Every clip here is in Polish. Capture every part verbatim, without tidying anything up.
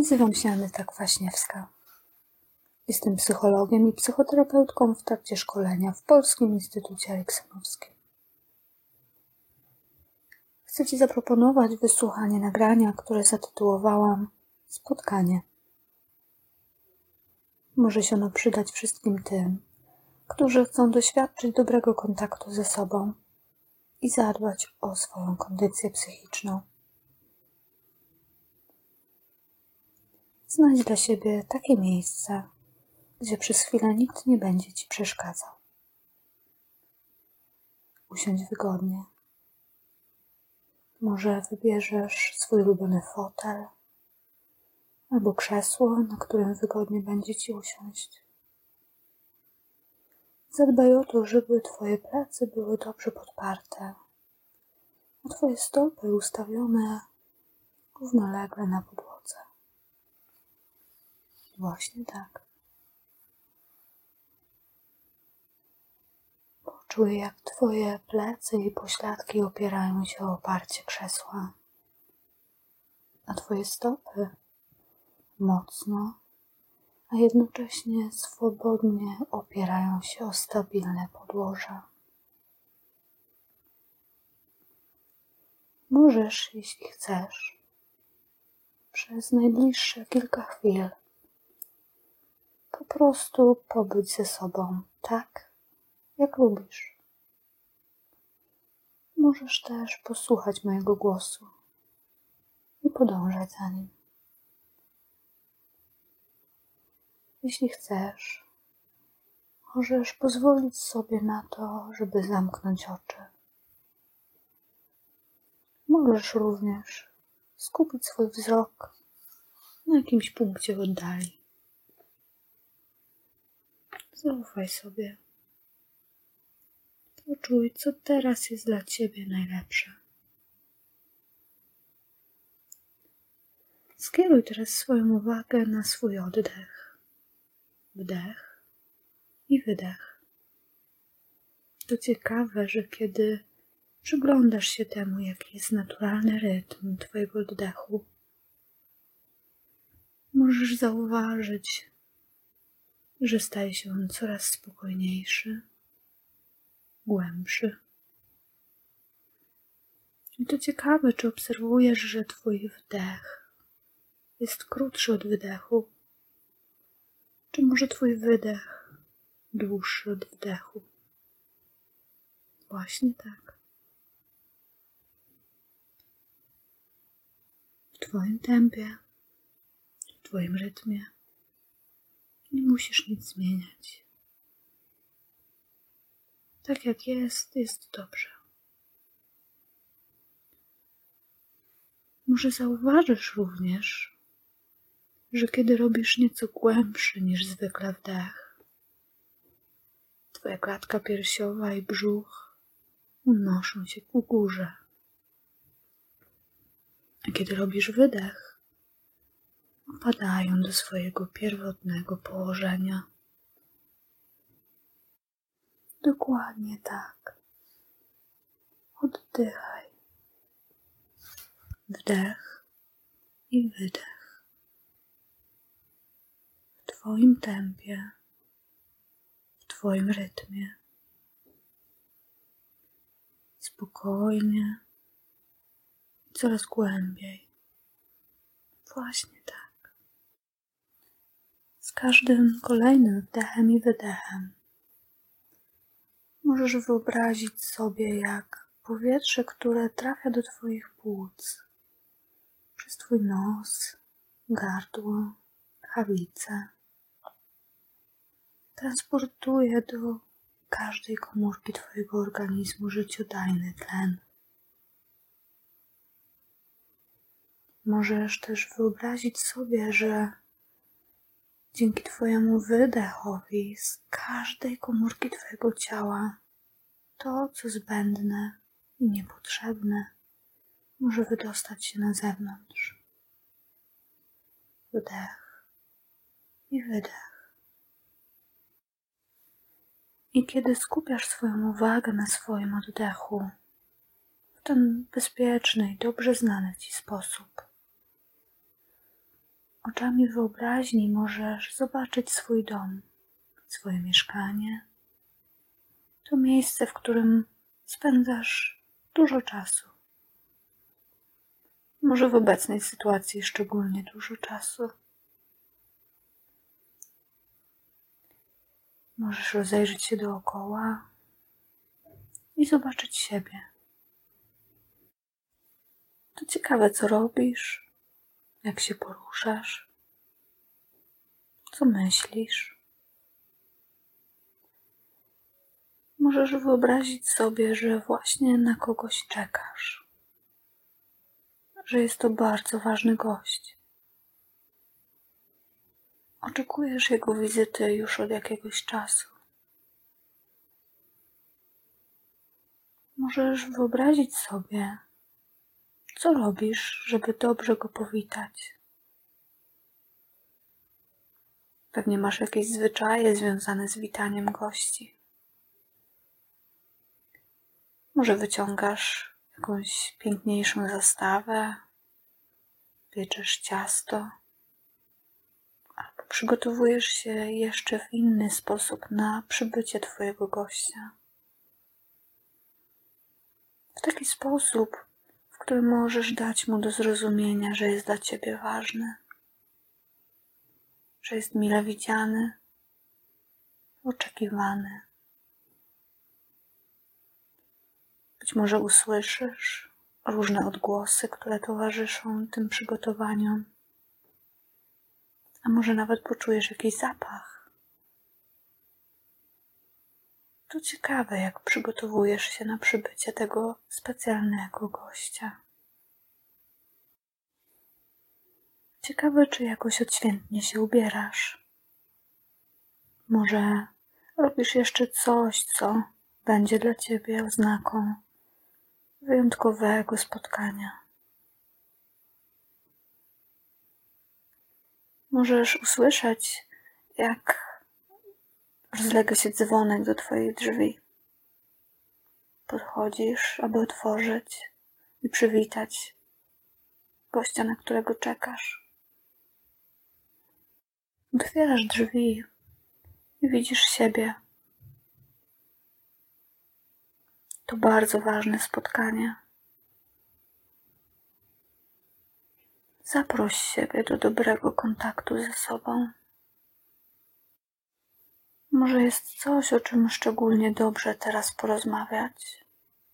Nazywam się Aneta Kwaśniewska. Jestem psychologiem i psychoterapeutką w trakcie szkolenia w Polskim Instytucie Eriksonowskim. Chcę Ci zaproponować wysłuchanie nagrania, które zatytułowałam Spotkanie. Może się ono przydać wszystkim tym, którzy chcą doświadczyć dobrego kontaktu ze sobą i zadbać o swoją kondycję psychiczną. Znajdź dla siebie takie miejsce, gdzie przez chwilę nikt nie będzie Ci przeszkadzał. Usiądź wygodnie. Może wybierzesz swój ulubiony fotel albo krzesło, na którym wygodnie będzie Ci usiąść. Zadbaj o to, żeby Twoje plecy były dobrze podparte, a Twoje stopy ustawione równolegle na podłodze. Właśnie tak. Poczuj, jak Twoje plecy i pośladki opierają się o oparcie krzesła, a Twoje stopy mocno, a jednocześnie swobodnie opierają się o stabilne podłoże. Możesz, jeśli chcesz, przez najbliższe kilka chwil po prostu pobyć ze sobą tak, jak lubisz. Możesz też posłuchać mojego głosu i podążać za nim. Jeśli chcesz, możesz pozwolić sobie na to, żeby zamknąć oczy. Możesz również skupić swój wzrok na jakimś punkcie w oddali. Zaufaj sobie. Poczuj, co teraz jest dla Ciebie najlepsze. Skieruj teraz swoją uwagę na swój oddech. Wdech i wydech. To ciekawe, że kiedy przyglądasz się temu, jaki jest naturalny rytm Twojego oddechu, możesz zauważyć, że staje się on coraz spokojniejszy, głębszy. I to ciekawe, czy obserwujesz, że Twój wdech jest krótszy od wydechu, czy może Twój wydech dłuższy od wdechu. Właśnie tak. W Twoim tempie, w Twoim rytmie. Nie musisz nic zmieniać. Tak jak jest, jest dobrze. Może zauważysz również, że kiedy robisz nieco głębszy niż zwykle wdech, Twoja klatka piersiowa i brzuch unoszą się ku górze. A kiedy robisz wydech, opadają do swojego pierwotnego położenia. Dokładnie tak. Oddychaj. Wdech i wydech. W Twoim tempie, w Twoim rytmie. Spokojnie i coraz głębiej. Właśnie tak. Z każdym kolejnym wdechem i wydechem możesz wyobrazić sobie, jak powietrze, które trafia do Twoich płuc przez Twój nos, gardło, tchawicę, transportuje do każdej komórki Twojego organizmu życiodajny tlen. Możesz też wyobrazić sobie, że dzięki Twojemu wydechowi z każdej komórki Twojego ciała to, co zbędne i niepotrzebne, może wydostać się na zewnątrz. Wdech i wydech. I kiedy skupiasz swoją uwagę na swoim oddechu w ten bezpieczny i dobrze znany Ci sposób, Oczami wyobraźni możesz zobaczyć swój dom, swoje mieszkanie. To miejsce, w którym spędzasz dużo czasu. Może w obecnej sytuacji szczególnie dużo czasu. Możesz rozejrzeć się dookoła i zobaczyć siebie. To ciekawe, co robisz, jak się poruszasz, co myślisz. Możesz wyobrazić sobie, że właśnie na kogoś czekasz, że jest to bardzo ważny gość. Oczekujesz jego wizyty już od jakiegoś czasu. Możesz wyobrazić sobie, co robisz, żeby dobrze go powitać. Pewnie masz jakieś zwyczaje związane z witaniem gości. Może wyciągasz jakąś piękniejszą zastawę, pieczesz ciasto, albo przygotowujesz się jeszcze w inny sposób na przybycie twojego gościa. W taki sposób, w którym możesz dać mu do zrozumienia, że jest dla ciebie ważny, że jest mile widziany, oczekiwany. Być może usłyszysz różne odgłosy, które towarzyszą tym przygotowaniom, a może nawet poczujesz jakiś zapach. To ciekawe, jak przygotowujesz się na przybycie tego specjalnego gościa. Ciekawe, czy jakoś odświętnie się ubierasz. Może robisz jeszcze coś, co będzie dla ciebie oznaką wyjątkowego spotkania. Możesz usłyszeć, jak rozlega się dzwonek do twoich drzwi. Podchodzisz, aby otworzyć i przywitać gościa, na którego czekasz. Otwierasz drzwi i widzisz siebie. To bardzo ważne spotkanie. Zaproś siebie do dobrego kontaktu ze sobą. Może jest coś, o czym szczególnie dobrze teraz porozmawiać.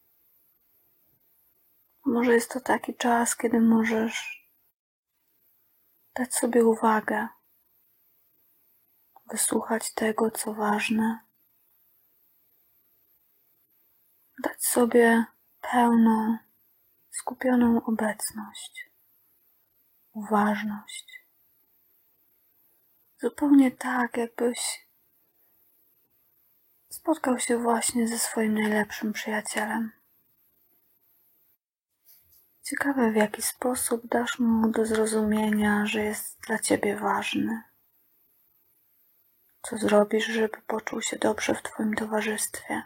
Może jest to taki czas, kiedy możesz dać sobie uwagę, wysłuchać tego, co ważne, dać sobie pełną, skupioną obecność, uważność. Zupełnie tak, jakbyś spotkał się właśnie ze swoim najlepszym przyjacielem. Ciekawe, w jaki sposób dasz mu do zrozumienia, że jest dla ciebie ważny. Co zrobisz, żeby poczuł się dobrze w twoim towarzystwie.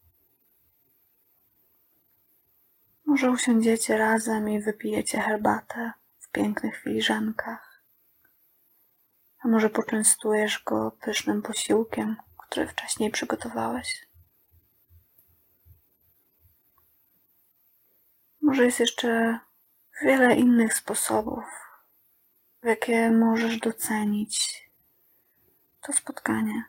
Może usiądziecie razem i wypijecie herbatę w pięknych filiżankach. A może poczęstujesz go pysznym posiłkiem, który wcześniej przygotowałeś. Może jest jeszcze wiele innych sposobów, w jakie możesz docenić to spotkanie.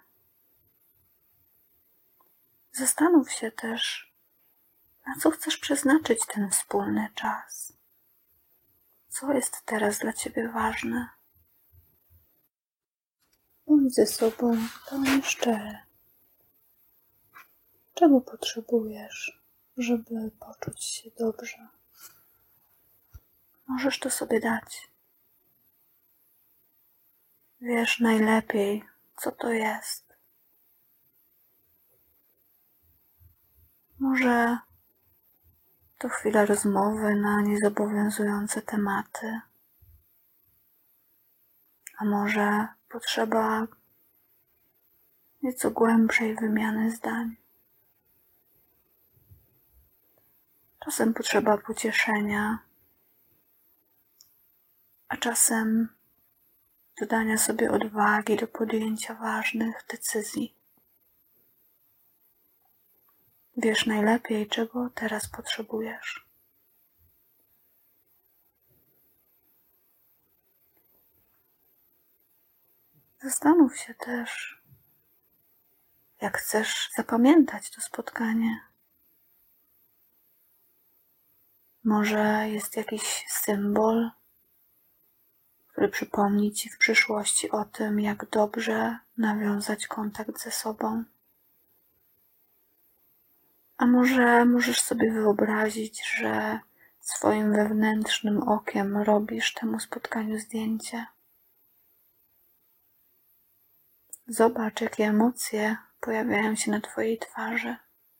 Zastanów się też, na co chcesz przeznaczyć ten wspólny czas. Co jest teraz dla ciebie ważne? Bądź ze sobą pełni szczery. Czego potrzebujesz, żeby poczuć się dobrze? Możesz to sobie dać. Wiesz najlepiej, co to jest. Może to chwila rozmowy na niezobowiązujące tematy, a może potrzeba nieco głębszej wymiany zdań. Czasem potrzeba pocieszenia, a czasem dodania sobie odwagi do podjęcia ważnych decyzji. Wiesz najlepiej, czego teraz potrzebujesz. Zastanów się też, jak chcesz zapamiętać to spotkanie. Może jest jakiś symbol, który przypomni Ci w przyszłości o tym, jak dobrze nawiązać kontakt ze sobą. A może możesz sobie wyobrazić, że swoim wewnętrznym okiem robisz temu spotkaniu zdjęcie. Zobacz, jakie emocje pojawiają się na Twojej twarzy.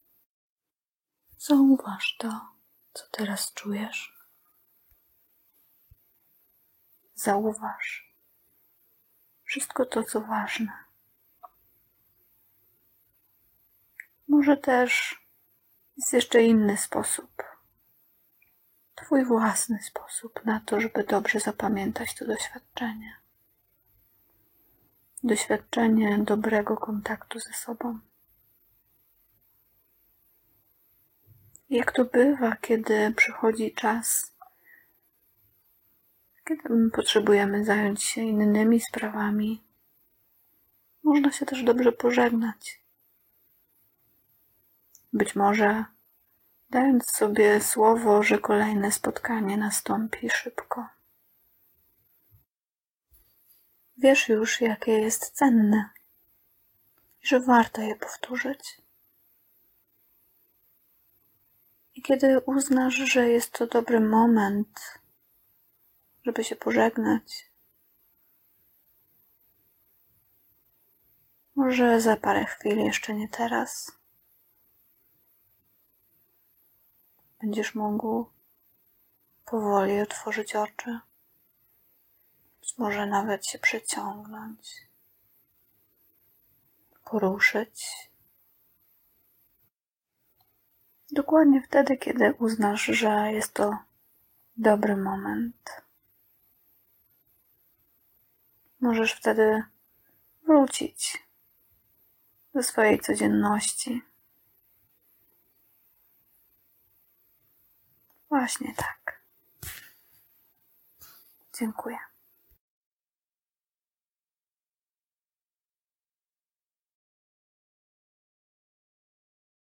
Zauważ to, co teraz czujesz. Zauważ wszystko to, co ważne. Może też jest jeszcze inny sposób, Twój własny sposób na to, żeby dobrze zapamiętać to doświadczenie. Doświadczenie dobrego kontaktu ze sobą. Jak to bywa, kiedy przychodzi czas, kiedy potrzebujemy zająć się innymi sprawami, można się też dobrze pożegnać. Być może dając sobie słowo, że kolejne spotkanie nastąpi szybko. Wiesz już, jakie jest cenne i że warto je powtórzyć. I kiedy uznasz, że jest to dobry moment, żeby się pożegnać, może za parę chwil, jeszcze nie teraz, będziesz mógł powoli otworzyć oczy, być może nawet się przeciągnąć, poruszyć. Dokładnie wtedy, kiedy uznasz, że jest to dobry moment. Możesz wtedy wrócić do swojej codzienności. Właśnie tak. Dziękuję.